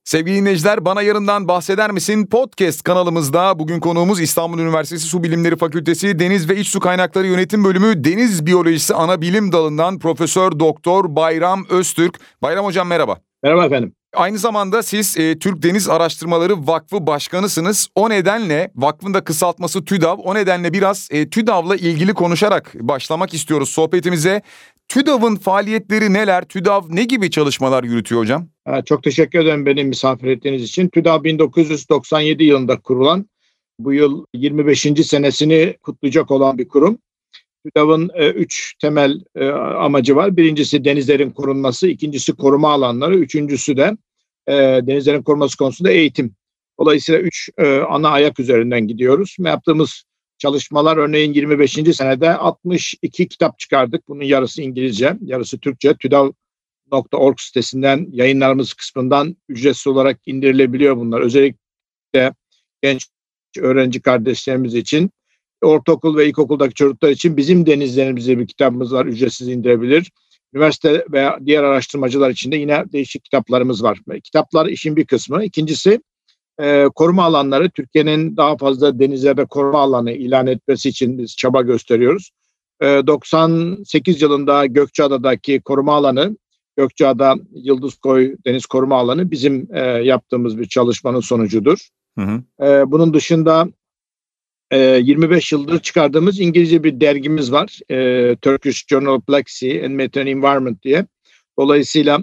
Sevgili dinleyiciler, Bana Yarından Bahseder Misin podcast kanalımızda bugün konuğumuz İstanbul Üniversitesi Su Bilimleri Fakültesi Deniz ve İç Su Kaynakları Yönetim Bölümü Deniz Biyolojisi Anabilim Dalı'ndan Profesör Doktor Bayram Öztürk. Bayram Hocam merhaba. Merhaba efendim. Aynı zamanda siz Türk Deniz Araştırmaları Vakfı Başkanısınız. O nedenle vakfın da kısaltması TÜDAV. O nedenle biraz TÜDAV'la ilgili konuşarak başlamak istiyoruz sohbetimize. TÜDAV'ın faaliyetleri neler? TÜDAV ne gibi çalışmalar yürütüyor hocam? Çok teşekkür ederim beni misafir ettiğiniz için. TÜDAV 1997 yılında kurulan, bu yıl 25. senesini kutlayacak olan bir kurum. TÜDAV'ın 3 temel amacı var. Birincisi denizlerin korunması, ikincisi koruma alanları, üçüncüsü de denizlerin korunması konusunda eğitim. Dolayısıyla 3 ana ayak üzerinden gidiyoruz. Yaptığımız çalışmalar örneğin 25. senede 62 kitap çıkardık. Bunun yarısı İngilizce, yarısı Türkçe. TÜDAV.org sitesinden, yayınlarımız kısmından ücretsiz olarak indirilebiliyor bunlar. Özellikle genç öğrenci kardeşlerimiz için, ortaokul ve ilkokuldaki çocuklar için Bizim Denizlerimizde bir kitabımız var, ücretsiz indirebilir. Üniversite veya diğer araştırmacılar için de yine değişik kitaplarımız var. Kitaplar işin bir kısmı. İkincisi koruma alanları. Türkiye'nin daha fazla denizlerde koruma alanı ilan etmesi için biz çaba gösteriyoruz. 98 yılında Gökçeada'daki koruma alanı, Gökçeada Yıldızkoy Deniz Koruma Alanı bizim yaptığımız bir çalışmanın sonucudur. Bunun dışında 25 yıldır çıkardığımız İngilizce bir dergimiz var. Turkish Journal of Black Sea and Mediterranean Environment diye. Dolayısıyla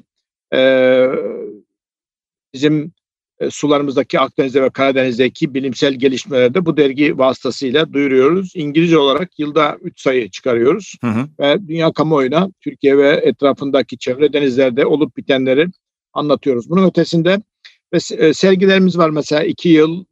bizim sularımızdaki Akdeniz'de ve Karadeniz'deki bilimsel gelişmeleri de bu dergi vasıtasıyla duyuruyoruz. İngilizce olarak yılda 3 sayı çıkarıyoruz. Ve dünya kamuoyuna Türkiye ve etrafındaki çevre denizlerde olup bitenleri anlatıyoruz. Bunun ötesinde sergilerimiz var. Mesela 2 yıl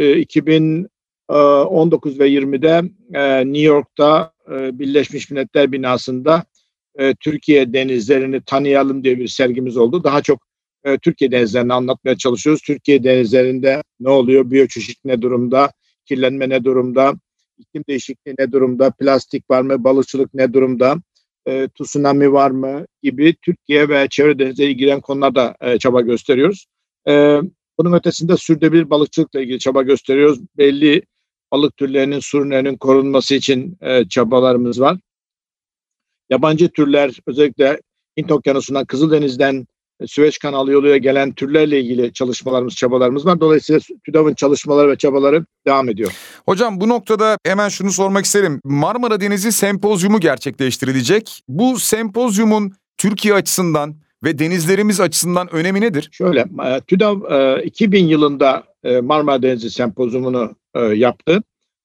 2019 ve 20'de New York'ta Birleşmiş Milletler binasında Türkiye denizlerini tanıyalım diye bir sergimiz oldu. Daha çok Türkiye denizlerini anlatmaya çalışıyoruz. Türkiye denizlerinde ne oluyor? Biyoçeşitlilik ne durumda? Kirlenme ne durumda? İklim değişikliği ne durumda? Plastik var mı? Balıkçılık ne durumda? Tsunami var mı? Gibi Türkiye ve çevre denizleriyle ilgilenen konularda çaba gösteriyoruz. Bunun ötesinde sürdürülebilir balıkçılıkla ilgili çaba gösteriyoruz. Belli balık türlerinin, sürülerinin korunması için çabalarımız var. Yabancı türler, özellikle Hint Okyanusu'ndan, Kızıldeniz'den, Süveyş Kanalı yoluyla gelen türlerle ilgili çalışmalarımız, çabalarımız var. Dolayısıyla TÜDAV'ın çalışmaları ve çabaları devam ediyor. Hocam bu noktada hemen şunu sormak isterim. Marmara Denizi Sempozyumu gerçekleştirilecek. Bu sempozyumun Türkiye açısından ve denizlerimiz açısından önemi nedir? Şöyle, TÜDAV 2000 yılında Marmara Denizi Sempozyumunu yaptı.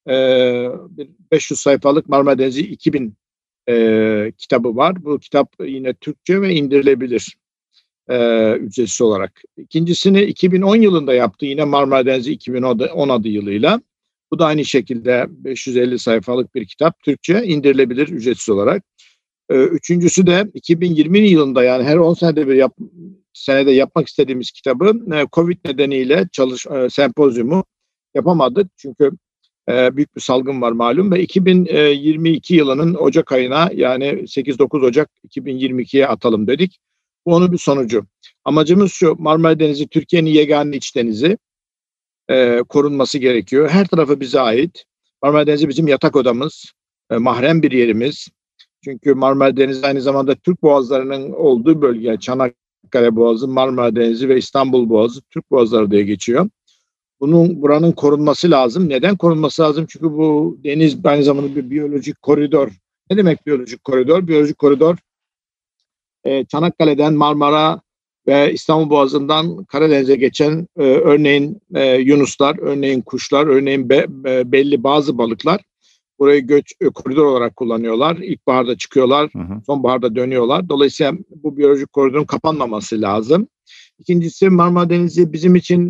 500 sayfalık Marmara Denizi 2000 kitabı var. Bu kitap yine Türkçe ve indirilebilir ücretsiz olarak. İkincisini 2010 yılında yaptı yine Marmara Denizi 2010 adı yılıyla. Bu da aynı şekilde 550 sayfalık bir kitap, Türkçe indirilebilir ücretsiz olarak. Üçüncüsü de 2020 yılında, yani her 10 senede yapmak istediğimiz kitabı Covid nedeniyle sempozyumu yapamadık. Çünkü büyük bir salgın var malum ve 2022 yılının Ocak ayına, yani 8-9 Ocak 2022'ye atalım dedik. Bu onun bir sonucu. Amacımız şu: Marmara Denizi Türkiye'nin yegane iç denizi, korunması gerekiyor. Her tarafı bize ait. Marmara Denizi bizim yatak odamız, mahrem bir yerimiz. Çünkü Marmara Denizi aynı zamanda Türk boğazlarının olduğu bölge. Çanakkale Boğazı, Marmara Denizi ve İstanbul Boğazı Türk boğazları diye geçiyor. Buranın korunması lazım. Neden korunması lazım? Çünkü bu deniz aynı zamanda bir biyolojik koridor. Ne demek biyolojik koridor? Biyolojik koridor, Çanakkale'den Marmara ve İstanbul Boğazı'ndan Karadeniz'e geçen örneğin yunuslar, örneğin kuşlar, örneğin belli bazı balıklar burayı koridor olarak kullanıyorlar. İlkbaharda çıkıyorlar, sonbaharda dönüyorlar. Dolayısıyla bu biyolojik koridorun kapanmaması lazım. İkincisi, Marmara Denizi bizim için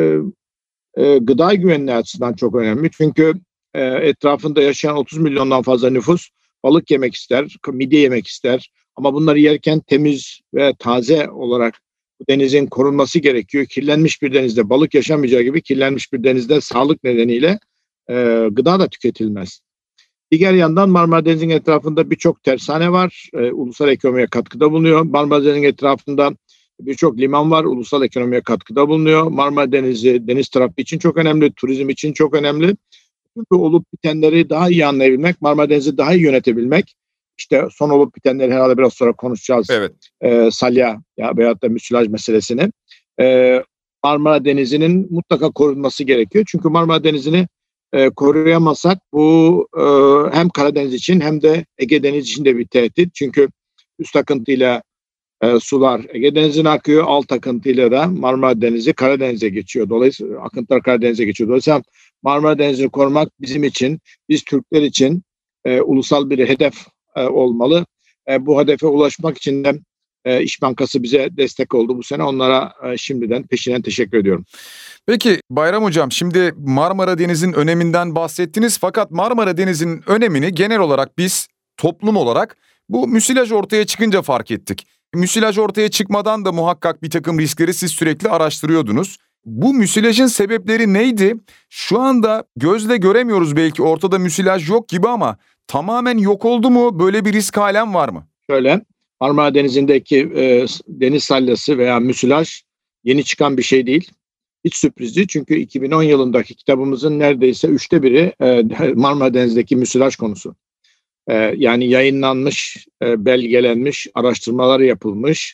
gıda güvenliği açısından çok önemli. Çünkü etrafında yaşayan 30 milyondan fazla nüfus balık yemek ister, midye yemek ister. Ama bunları yerken temiz ve taze olarak bu denizin korunması gerekiyor. Kirlenmiş bir denizde balık yaşamayacağı gibi kirlenmiş bir denizde sağlık nedeniyle gıda da tüketilmez. Diğer yandan Marmara Denizi'nin etrafında birçok tersane var. Ulusal ekonomiye katkıda bulunuyor. Marmara Denizi'nin etrafında Birçok liman var, ulusal ekonomiye katkıda bulunuyor. Marmara Denizi, deniz trafiği için çok önemli, turizm için çok önemli. Çünkü olup bitenleri daha iyi anlayabilmek, Marmara Denizi daha iyi yönetebilmek. İşte son olup bitenleri herhalde biraz sonra konuşacağız. Evet. Salya veyahut da müsilaj meselesini. Marmara Denizi'nin mutlaka korunması gerekiyor. Çünkü Marmara Denizi'ni koruyamazsak bu hem Karadeniz için hem de Ege Denizi için de bir tehdit. Çünkü üst akıntıyla sular Ege Denizi'ne akıyor, alt akıntıyla da Marmara Denizi Karadeniz'e geçiyor. Dolayısıyla akıntılar Karadeniz'e geçiyor. Dolayısıyla Marmara Denizi'ni korumak bizim için, biz Türkler için ulusal bir hedef olmalı. Bu hedefe ulaşmak için de İş Bankası bize destek oldu bu sene. Onlara şimdiden peşinen teşekkür ediyorum. Peki Bayram Hocam, şimdi Marmara Denizi'nin öneminden bahsettiniz. Fakat Marmara Denizi'nin önemini genel olarak biz toplum olarak bu müsilaj ortaya çıkınca fark ettik. Müsilaj ortaya çıkmadan da muhakkak bir takım riskleri siz sürekli araştırıyordunuz. Bu müsilajın sebepleri neydi? Şu anda gözle göremiyoruz, belki ortada müsilaj yok gibi, ama tamamen yok oldu mu? Böyle bir risk halen var mı? Şöyle, Marmara Denizi'ndeki deniz salyası veya müsilaj yeni çıkan bir şey değil. Hiç sürprizdi, çünkü 2010 yılındaki kitabımızın neredeyse 3'te 1'i Marmara Denizi'ndeki müsilaj konusu. Yani yayınlanmış, belgelenmiş, araştırmalar yapılmış,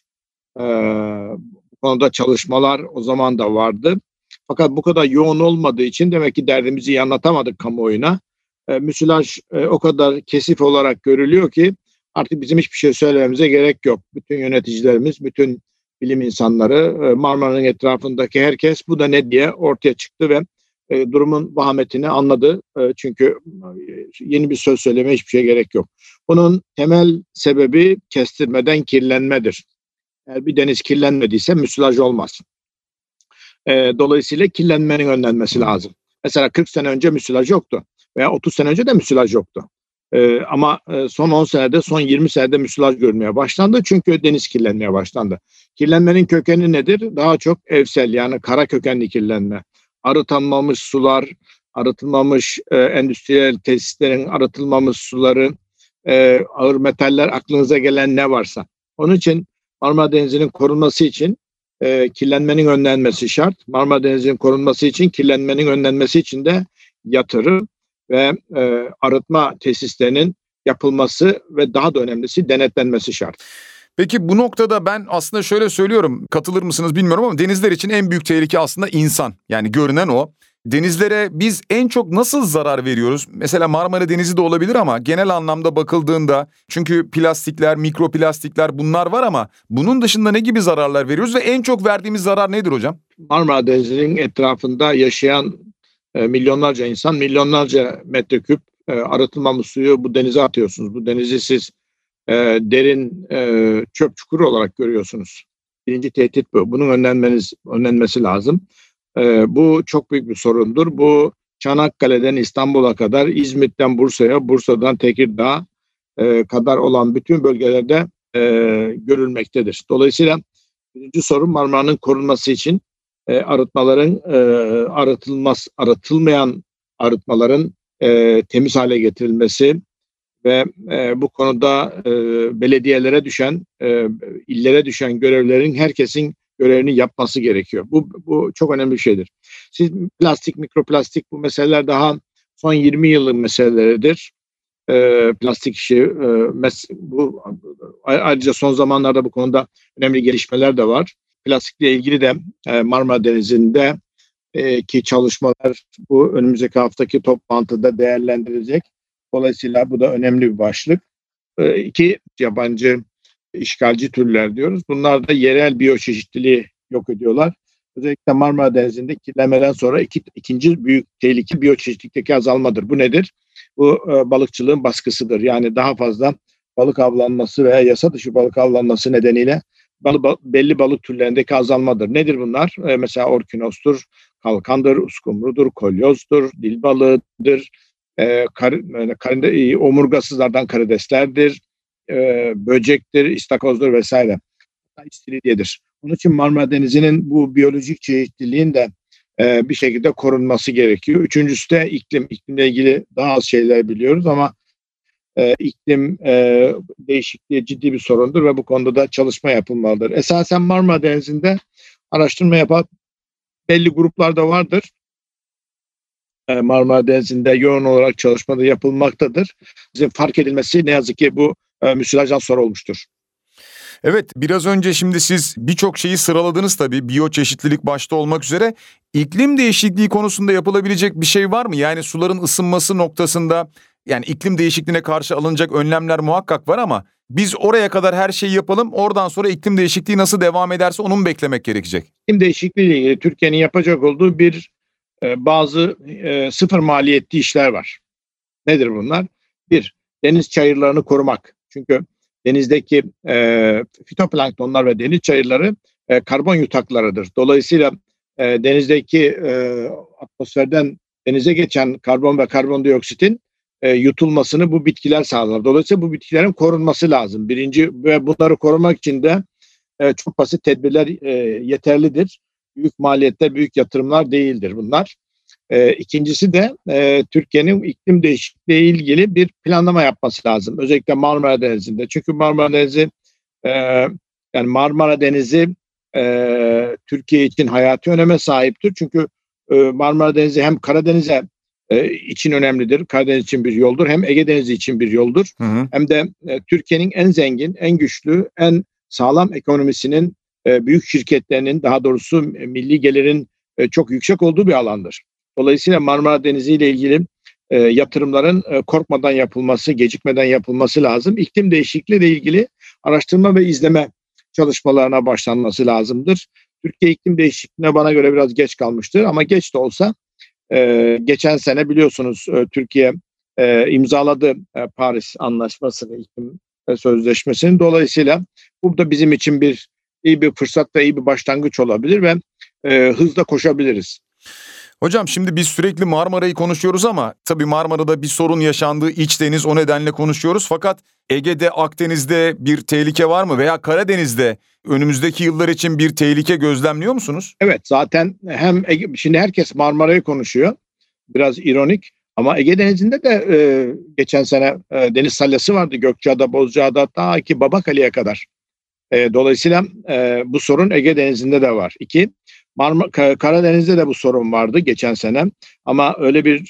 bu konuda çalışmalar o zaman da vardı. Fakat bu kadar yoğun olmadığı için demek ki derdimizi iyi anlatamadık kamuoyuna. Müsilaj o kadar kesif olarak görülüyor ki artık bizim hiçbir şey söylememize gerek yok. Bütün yöneticilerimiz, bütün bilim insanları, Marmara'nın etrafındaki herkes bu da ne diye ortaya çıktı ve durumun vahametini anladı. Çünkü yeni bir söz söylemeye hiçbir şeye gerek yok. Bunun temel sebebi kestirmeden kirlenmedir. Eğer bir deniz kirlenmediyse müsilaj olmaz. Dolayısıyla kirlenmenin önlenmesi lazım. Mesela 40 sene önce müsilaj yoktu veya 30 sene önce de müsilaj yoktu. Ama son 10 senede, son 20 senede müsilaj görmeye başlandı. Çünkü deniz kirlenmeye başlandı. Kirlenmenin kökeni nedir? Daha çok evsel, yani kara kökenli kirlenme. Arıtılmamış sular, arıtılmamış endüstriyel tesislerin arıtılmamış suları, ağır metaller, aklınıza gelen ne varsa. Onun için Marmara Denizi'nin korunması için kirlenmenin önlenmesi şart. Marmara Denizi'nin korunması için, kirlenmenin önlenmesi için de yatırım ve arıtma tesislerinin yapılması ve daha da önemlisi denetlenmesi şart. Peki bu noktada ben aslında şöyle söylüyorum, katılır mısınız bilmiyorum ama denizler için en büyük tehlike aslında insan. Yani görünen o. Denizlere biz en çok nasıl zarar veriyoruz? Mesela Marmara Denizi de olabilir ama genel anlamda bakıldığında, çünkü plastikler, mikroplastikler bunlar var, ama bunun dışında ne gibi zararlar veriyoruz ve en çok verdiğimiz zarar nedir hocam? Marmara Denizi'nin etrafında yaşayan milyonlarca insan, milyonlarca metreküp arıtılmamış suyu bu denize atıyorsunuz. Bu denizi siz derin çöp çukuru olarak görüyorsunuz. Birinci tehdit bu. Bunun önlenmesi lazım. Bu çok büyük bir sorundur. Bu Çanakkale'den İstanbul'a kadar, İzmit'ten Bursa'ya, Bursa'dan Tekirdağ'a kadar olan bütün bölgelerde görülmektedir. Dolayısıyla birinci sorun Marmara'nın korunması için arıtmaların arıtılmayan arıtmaların temiz hale getirilmesi ve bu konuda belediyelere düşen, illere düşen görevlerin herkesin görevini yapması gerekiyor. Bu çok önemli bir şeydir. Siz plastik, mikroplastik, bu meseleler daha son 20 yılın meseleleridir. Plastik işi, bu ayrıca son zamanlarda bu konuda önemli gelişmeler de var. Plastikle ilgili de Marmara Denizi'nde ki çalışmalar bu önümüzdeki haftaki toplantıda değerlendirilecek. Dolayısıyla bu da önemli bir başlık. İki yabancı işgalci türler diyoruz. Bunlar da yerel biyoçeşitliliği yok ediyorlar. Özellikle Marmara Denizi'nde kirlenmeden sonra ikinci büyük tehlike biyoçeşitlilikteki azalmadır. Bu nedir? Bu balıkçılığın baskısıdır. Yani daha fazla balık avlanması veya yasa dışı balık avlanması nedeniyle belli balık türlerindeki azalmadır. Nedir bunlar? Mesela orkinostur, kalkandır, uskumrudur, kolyozdur, dil balığıdır, omurgasızlardan karideslerdir, böcektir, istakozdur vesaire. İstiridyedir. Onun için Marmara Denizi'nin bu biyolojik çeşitliliğin de bir şekilde korunması gerekiyor. Üçüncüsü de iklim. İklimle ilgili daha az şeyler biliyoruz ama iklim değişikliği ciddi bir sorundur ve bu konuda da çalışma yapılmalıdır. Esasen Marmara Denizi'nde araştırma yapan belli gruplar da vardır. Marmara Denizi'nde yoğun olarak çalışmada yapılmaktadır. Bizim fark edilmesi ne yazık ki bu müsilajdan sonra olmuştur. Evet, biraz önce şimdi siz birçok şeyi sıraladınız tabii, biyoçeşitlilik başta olmak üzere. İklim değişikliği konusunda yapılabilecek bir şey var mı? Yani suların ısınması noktasında, yani iklim değişikliğine karşı alınacak önlemler muhakkak var ama biz oraya kadar her şeyi yapalım, oradan sonra iklim değişikliği nasıl devam ederse onu mu beklemek gerekecek? İklim değişikliği ile ilgili Türkiye'nin yapacak olduğu bazı sıfır maliyetli işler var. Nedir bunlar? Bir, deniz çayırlarını korumak. Çünkü denizdeki fitoplanktonlar ve deniz çayırları karbon yutaklarıdır. Dolayısıyla denizdeki atmosferden denize geçen karbon ve karbondioksitin yutulmasını bu bitkiler sağlar. Dolayısıyla bu bitkilerin korunması lazım. Birinci, ve bunları korumak için de çok basit tedbirler yeterlidir. Büyük maliyetler, büyük yatırımlar değildir bunlar. İkincisi de Türkiye'nin iklim değişikliği ile ilgili bir planlama yapması lazım. Özellikle Marmara Denizi'nde. Çünkü Marmara Denizi yani Marmara Denizi Türkiye için hayati öneme sahiptir. Çünkü Marmara Denizi hem Karadeniz'e için önemlidir. Karadeniz için bir yoldur. Hem Ege Denizi için bir yoldur. Hı hı. Hem de Türkiye'nin en zengin, en güçlü, en sağlam ekonomisinin, büyük şirketlerinin, daha doğrusu milli gelirin çok yüksek olduğu bir alandır. Dolayısıyla Marmara Denizi ile ilgili yatırımların korkmadan yapılması, gecikmeden yapılması lazım. İklim değişikliği ile ilgili araştırma ve izleme çalışmalarına başlanması lazımdır. Türkiye iklim değişikliğine bana göre biraz geç kalmıştır ama geç de olsa geçen sene biliyorsunuz Türkiye imzaladı Paris Anlaşması'nı, iklim sözleşmesini. Dolayısıyla bu da bizim için iyi bir fırsat ve iyi bir başlangıç olabilir ve hızla koşabiliriz. Hocam şimdi biz sürekli Marmara'yı konuşuyoruz ama tabii Marmara'da bir sorun yaşandığı iç deniz, o nedenle konuşuyoruz. Fakat Ege'de, Akdeniz'de bir tehlike var mı veya Karadeniz'de önümüzdeki yıllar için bir tehlike gözlemliyor musunuz? Evet, zaten şimdi herkes Marmara'yı konuşuyor. Biraz ironik ama Ege Denizi'nde de geçen sene deniz salyası vardı. Gökçeada, Bozcaada, ta ki Babakale'ye kadar. Dolayısıyla bu sorun Ege Denizi'nde de var. İki, Karadeniz'de de bu sorun vardı geçen sene. Ama öyle bir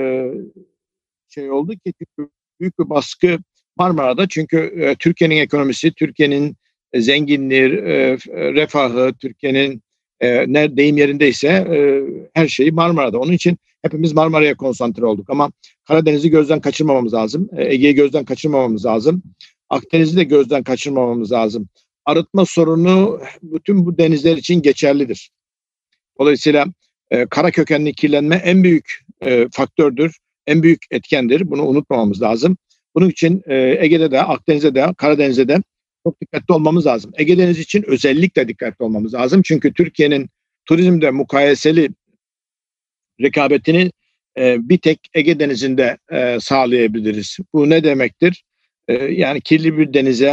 şey oldu ki büyük bir baskı Marmara'da. Çünkü Türkiye'nin ekonomisi, Türkiye'nin zenginliği, refahı, Türkiye'nin deyim yerindeyse her şeyi Marmara'da. Onun için hepimiz Marmara'ya konsantre olduk. Ama Karadeniz'i gözden kaçırmamamız lazım. Ege'yi gözden kaçırmamamız lazım. Akdeniz'i de gözden kaçırmamamız lazım. Arıtma sorunu bütün bu denizler için geçerlidir. Dolayısıyla kara kökenli kirlenme en büyük faktördür, en büyük etkendir. Bunu unutmamamız lazım. Bunun için Ege'de de, Akdeniz'de de, Karadeniz'de de çok dikkatli olmamız lazım. Ege Denizi için özellikle dikkatli olmamız lazım. Çünkü Türkiye'nin turizmde mukayeseli rekabetini bir tek Ege Denizi'nde sağlayabiliriz. Bu ne demektir? Yani kirli bir denize,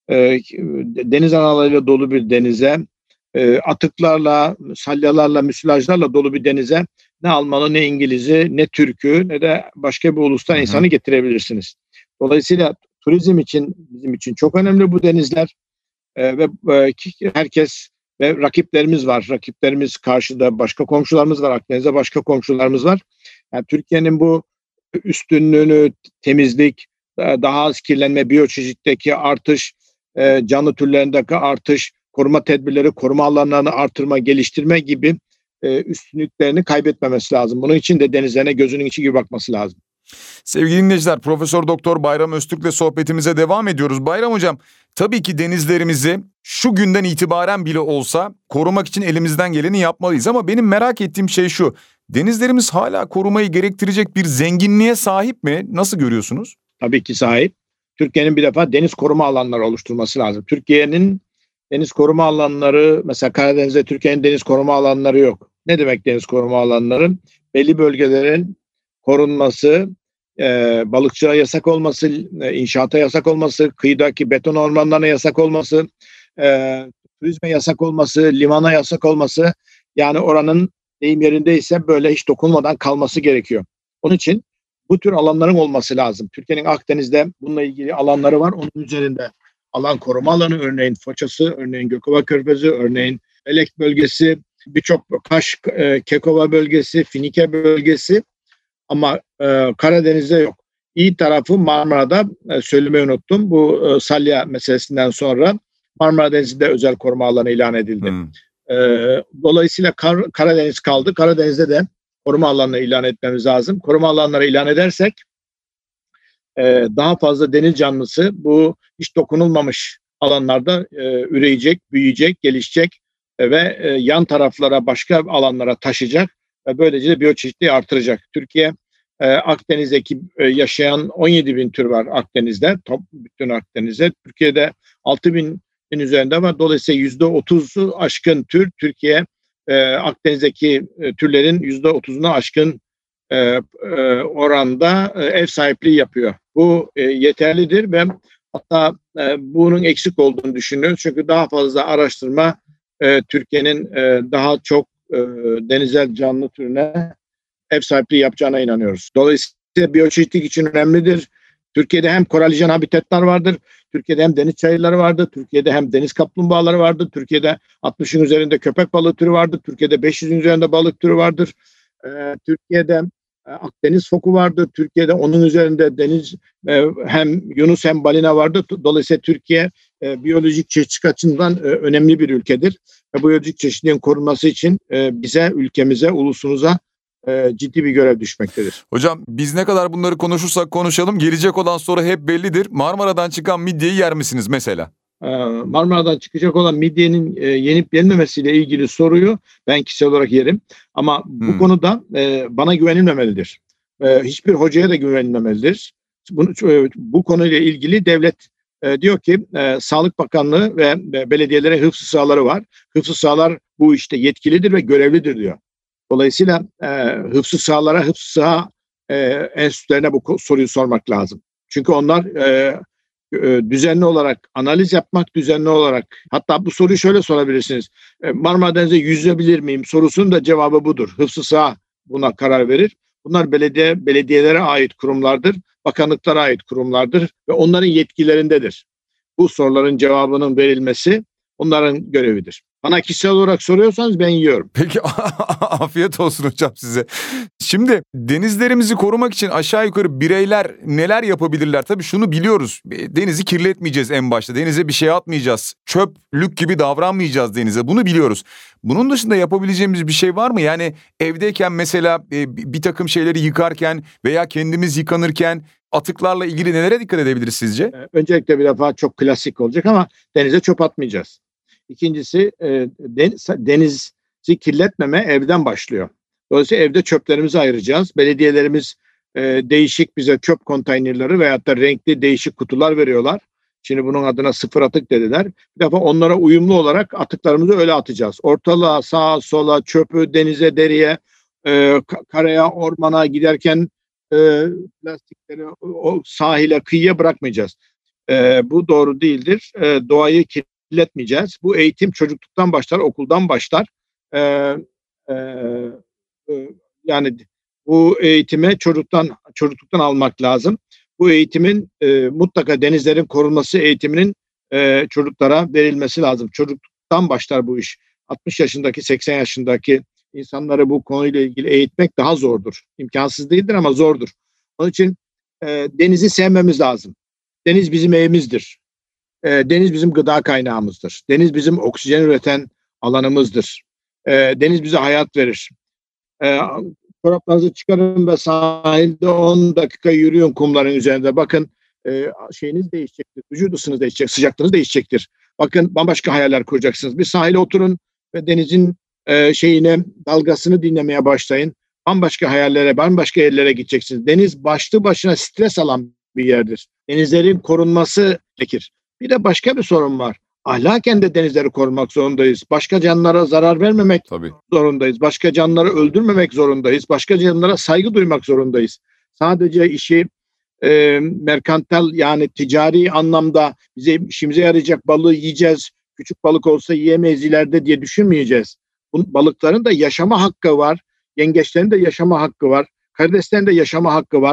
deniz analarıyla dolu bir denize, atıklarla, salyalarla, müsilajlarla dolu bir denize ne Almanı, ne İngiliz'i, ne Türk'ü, ne de başka bir ulustan insanı getirebilirsiniz. Dolayısıyla turizm için, bizim için çok önemli bu denizler ve herkes ve rakiplerimiz var. Rakiplerimiz karşıda, başka komşularımız var. Akdeniz'de başka komşularımız var. Yani Türkiye'nin bu üstünlüğünü, temizlik, daha az kirlenme, biyoçeşitteki artış, canlı türlerindeki artış, koruma tedbirleri, koruma alanlarını artırma, geliştirme gibi üstünlüklerini kaybetmemesi lazım. Bunun için de denizlerine gözünün içi gibi bakması lazım. Sevgili dinleyiciler, Profesör Doktor Bayram Öztürk'le sohbetimize devam ediyoruz. Bayram Hocam, tabii ki denizlerimizi şu günden itibaren bile olsa korumak için elimizden geleni yapmalıyız. Ama benim merak ettiğim şey şu: denizlerimiz hala korumayı gerektirecek bir zenginliğe sahip mi? Nasıl görüyorsunuz? Tabii ki sahip. Türkiye'nin bir defa deniz koruma alanları oluşturması lazım. Türkiye'nin deniz koruma alanları, mesela Karadeniz'de Türkiye'nin deniz koruma alanları yok. Ne demek deniz koruma alanları? Belli bölgelerin korunması, balıkçılığa yasak olması, inşaata yasak olması, kıyıdaki beton ormanlarına yasak olması, turizme yasak olması, limana yasak olması, yani oranın deyim yerindeyse böyle hiç dokunmadan kalması gerekiyor. Onun için Bu tür alanların olması lazım. Türkiye'nin Akdeniz'de bununla ilgili alanları var. Onun üzerinde alan koruma alanı, örneğin Foçası, örneğin Gökova Körfezi, örneğin Elek bölgesi, birçok Kaş, Kekova bölgesi, Finike bölgesi, ama Karadeniz'de yok. İyi tarafı Marmara'da, söylemeyi unuttum. Bu Salya meselesinden sonra Marmara Denizi'nde özel koruma alanı ilan edildi. Dolayısıyla Karadeniz kaldı. Karadeniz'de de koruma alanını ilan etmemiz lazım. Koruma alanları ilan edersek daha fazla deniz canlısı bu hiç dokunulmamış alanlarda üreyecek, büyüyecek, gelişecek ve yan taraflara, başka alanlara taşıyacak ve böylece de biyoçeşitliliği artıracak. Türkiye Akdeniz'deki yaşayan 17 bin tür var Akdeniz'de, bütün Akdeniz'de. Türkiye'de 6 binin üzerinde var. Dolayısıyla %30'u aşkın tür Türkiye Akdeniz'deki türlerin %30'una aşkın oranda ev sahipliği yapıyor. Bu yeterlidir ve hatta bunun eksik olduğunu düşünüyoruz. Çünkü daha fazla araştırma Türkiye'nin daha çok denizel canlı türüne ev sahipliği yapacağına inanıyoruz. Dolayısıyla biyoçeşitlilik için önemlidir. Türkiye'de hem koraljen habitatlar vardır, Türkiye'de hem deniz çayırları vardır, Türkiye'de hem deniz kaplumbağaları vardır, Türkiye'de 60'ın üzerinde köpek balığı türü vardır, Türkiye'de 500'ün üzerinde balık türü vardır. Türkiye'de Akdeniz foku vardır, Türkiye'de onun üzerinde deniz hem yunus hem balina vardır. Dolayısıyla Türkiye biyolojik çeşitlilik açısından önemli bir ülkedir. Ve bu biyolojik çeşitliliğin korunması için bize, ülkemize, ulusumuza ciddi bir görev düşmektedir. Hocam biz ne kadar bunları konuşursak konuşalım gelecek olan soru hep bellidir. Marmara'dan çıkan midyeyi yer misiniz mesela? Marmara'dan çıkacak olan midyenin yenip yenmemesiyle ilgili soruyu ben kişisel olarak yerim. Ama bu konuda bana güvenilmemelidir. Hiçbir hocaya da güvenilmemelidir. Bu konuyla ilgili devlet diyor ki Sağlık Bakanlığı ve belediyelere hıfzı sahaları var. Hıfzı sahalar bu işte yetkilidir ve görevlidir diyor. Dolayısıyla hıfzı sahalara, hıfzı saha enstitülerine bu soruyu sormak lazım. Çünkü onlar düzenli olarak analiz yapmak, düzenli olarak, hatta bu soruyu şöyle sorabilirsiniz. Marmara Denizi'ne yüzebilir miyim sorusunun da cevabı budur. Hıfzı saha buna karar verir. Bunlar belediyelere ait kurumlardır, bakanlıklara ait kurumlardır ve onların yetkilerindedir. Bu soruların cevabının verilmesi onların görevidir. Bana kişisel olarak soruyorsanız ben yiyorum. Peki afiyet olsun hocam size. Şimdi denizlerimizi korumak için aşağı yukarı bireyler neler yapabilirler? Tabii şunu biliyoruz. Denizi kirletmeyeceğiz en başta. Denize bir şey atmayacağız. Çöplük gibi davranmayacağız denize. Bunu biliyoruz. Bunun dışında yapabileceğimiz bir şey var mı? Yani evdeyken mesela bir takım şeyleri yıkarken veya kendimiz yıkanırken atıklarla ilgili nelere dikkat edebiliriz sizce? Öncelikle bir defa çok klasik olacak ama denize çöp atmayacağız. İkincisi denizi kirletmeme evden başlıyor. Dolayısıyla evde çöplerimizi ayıracağız. Belediyelerimiz değişik bize çöp konteynerleri veyahut da renkli değişik kutular veriyorlar. Şimdi bunun adına sıfır atık dediler. Bir defa onlara uyumlu olarak atıklarımızı öyle atacağız. Ortalığa, sağa, sola, çöpü, denize, dereye, karaya, ormana giderken plastikleri o sahile, kıyıya bırakmayacağız. Bu doğru değildir. Doğayı kirletmeyeceğiz. Bu eğitim çocukluktan başlar, okuldan başlar. Yani bu eğitime çocukluktan almak lazım. Bu eğitimin mutlaka denizlerin korunması eğitiminin çocuklara verilmesi lazım. Çocukluktan başlar bu iş. 60 yaşındaki, 80 yaşındaki insanları bu konuyla ilgili eğitmek daha zordur. İmkansız değildir ama zordur. Onun için denizi sevmemiz lazım. Deniz bizim evimizdir. Deniz bizim gıda kaynağımızdır. Deniz bizim oksijen üreten alanımızdır. Deniz bize hayat verir. Çoraplarınızı çıkarın ve sahilde 10 dakika yürüyün kumların üzerinde. Bakın şeyiniz değişecektir. Vücut ısınız değişecek, sıcaklığınız değişecektir. Bakın bambaşka hayaller kuracaksınız. Bir sahile oturun ve denizin dalgasını dinlemeye başlayın. Bambaşka hayallere, bambaşka yerlere gideceksiniz. Deniz başlı başına stres alan bir yerdir. Denizlerin korunması gerekir. Bir de başka bir sorun var. Ahlaken de denizleri korumak zorundayız. Başka canlılara zarar vermemek zorundayız. Başka canlıları öldürmemek zorundayız. Başka canlılara saygı duymak zorundayız. Sadece işi merkantal yani ticari anlamda bize işimize yarayacak balığı yiyeceğiz. Küçük balık olsa yiyemeyiz ileride diye düşünmeyeceğiz. Balıkların da yaşama hakkı var. Yengeçlerin de yaşama hakkı var. Karideslerin de yaşama hakkı var.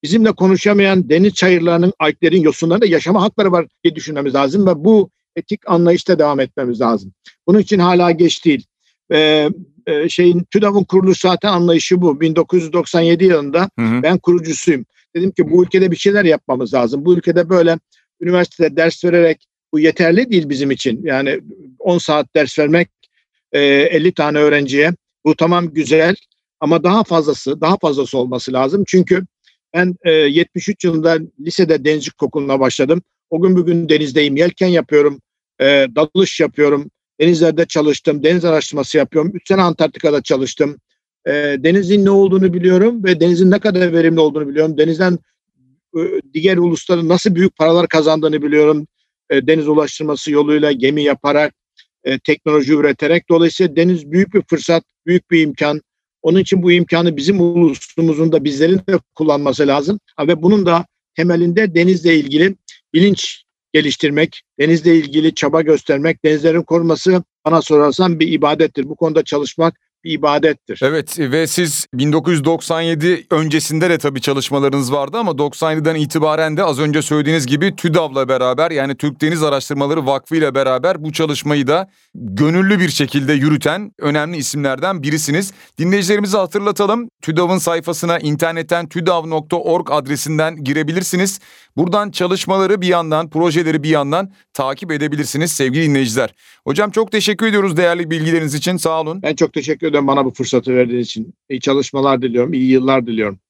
bizimle konuşamayan deniz çayırlarının, alplerin, yosunlarında yaşama hakları var diye düşünmemiz lazım ve bu etik anlayışta devam etmemiz lazım. Bunun için hala geç değil. TÜDAV'ın kuruluş zaten anlayışı bu. 1997 yılında ben kurucusuyum. Dedim ki bu ülkede bir şeyler yapmamız lazım. Bu ülkede böyle üniversitede ders vererek bu yeterli değil bizim için. Yani 10 saat ders vermek 50 tane öğrenciye, bu tamam güzel ama daha fazlası olması lazım. Çünkü ben 73 yılında lisede denizcilik okuluna başladım. O gün bugün denizdeyim, yelken yapıyorum, dalış yapıyorum, denizlerde çalıştım, deniz araştırması yapıyorum. 3 sene Antarktika'da çalıştım. Denizin ne olduğunu biliyorum ve denizin ne kadar verimli olduğunu biliyorum. Denizden diğer ulusların nasıl büyük paralar kazandığını biliyorum. Deniz ulaştırması yoluyla, gemi yaparak, teknoloji üreterek. Dolayısıyla deniz büyük bir fırsat, büyük bir imkan. Onun için bu imkanı bizim ulusumuzun da bizlerin de kullanması lazım. Ve bunun da temelinde denizle ilgili bilinç geliştirmek, denizle ilgili çaba göstermek, denizlerin korunması bana sorarsan bir ibadettir. Bu konuda çalışmak bir ibadettir. Evet ve siz 1997 öncesinde de tabii çalışmalarınız vardı ama 97'den itibaren de az önce söylediğiniz gibi TÜDAV'la beraber, yani Türk Deniz Araştırmaları Vakfı ile beraber bu çalışmayı da gönüllü bir şekilde yürüten önemli isimlerden birisiniz. Dinleyicilerimize hatırlatalım. TÜDAV'ın sayfasına internetten tudav.org adresinden girebilirsiniz. Buradan çalışmaları bir yandan, projeleri bir yandan takip edebilirsiniz sevgili dinleyiciler. Hocam çok teşekkür ediyoruz değerli bilgileriniz için. Sağ olun. Ben çok teşekkür ederim bana bu fırsatı verdiğiniz için. İyi çalışmalar diliyorum, iyi yıllar diliyorum.